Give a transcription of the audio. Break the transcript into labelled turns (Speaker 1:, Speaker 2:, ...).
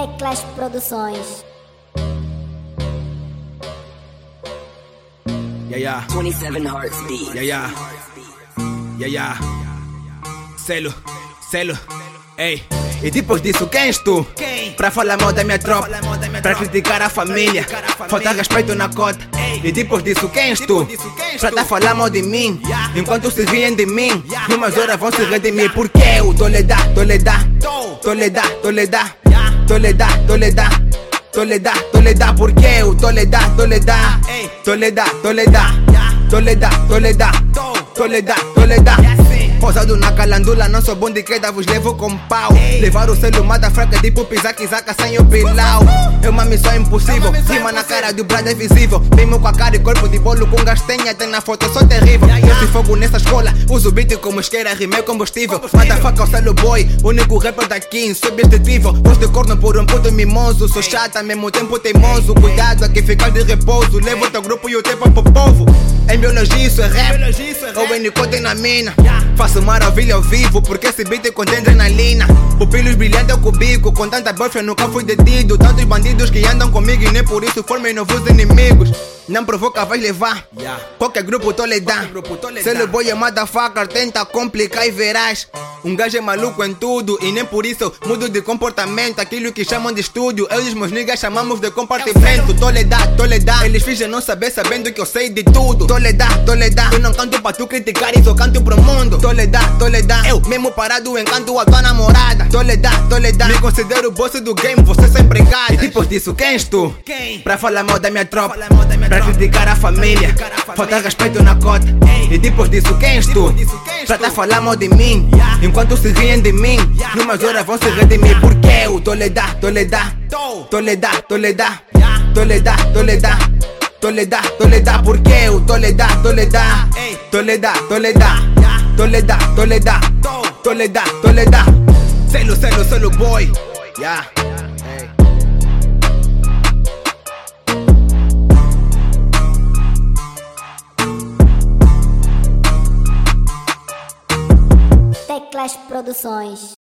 Speaker 1: Teclas Produções.
Speaker 2: Yeah.
Speaker 3: 27 Hearts Beat.
Speaker 2: Yeah. Selo, ei. E depois disso, quem és tu? Pra falar mal da minha tropa, pra criticar a família, falta respeito na cota. E depois disso, quem és tu? Pra tá falar mal de mim, enquanto se riem de mim, numas horas vão se redimir. Porque eu Toledá, porque eu Toledá. Pousado na calandula, não sou bom de queda, vos levo com pau. Levar o selo mata fraca, tipo pisar sem o pilau. É uma missão impossível, rima na cara do brado é visível. Mesmo com a cara e corpo de bolo com gastenha, tem na foto, sou terrível. Eu se fogo nessa escola, uso beat como isqueira, rimei combustível. Mata faca ao selo boy, único rapper daqui, insubstituível. Gosto de corno por um puto mimoso, sou chata, ao mesmo tempo teimoso. Cuidado aqui ficar de repouso, levo teu grupo e o tempo pro povo. Em biologia isso é rap, ou em nicote na mina. Faço maravilha ao vivo, porque esse beat contém adrenalina. Pupilos brilhantes ao cubico, com tanta bofa nunca fui detido. Tantos bandidos que andam comigo e nem por isso formem novos inimigos. Não provoca, vais levar qualquer grupo Toledá. Selo boy é motherfucker, tenta complicar e verás. Um gajo é maluco em tudo e nem por isso mudo de comportamento. Aquilo que chamam de estúdio, eu e os meus niggas chamamos de compartimento. Toledá, eles fingem não saber sabendo que eu sei de tudo. Toledá, eu não canto pra tu criticar, isso eu canto pro mundo. Toledá, eu mesmo parado encanto a tua namorada. Toledá, me considero o boss do game, você só empregada. E depois disso, quem és tu? Pra falar mal da minha tropa, pra criticar a família, falta respeito na cota. E depois disso, quem és tu? Pra tá falar mal de mim, enquanto se riem de mim, numas horas vão se redimir. Porque eu Toledá, porque eu Toledá. Selo boy.
Speaker 1: Teclas Produções.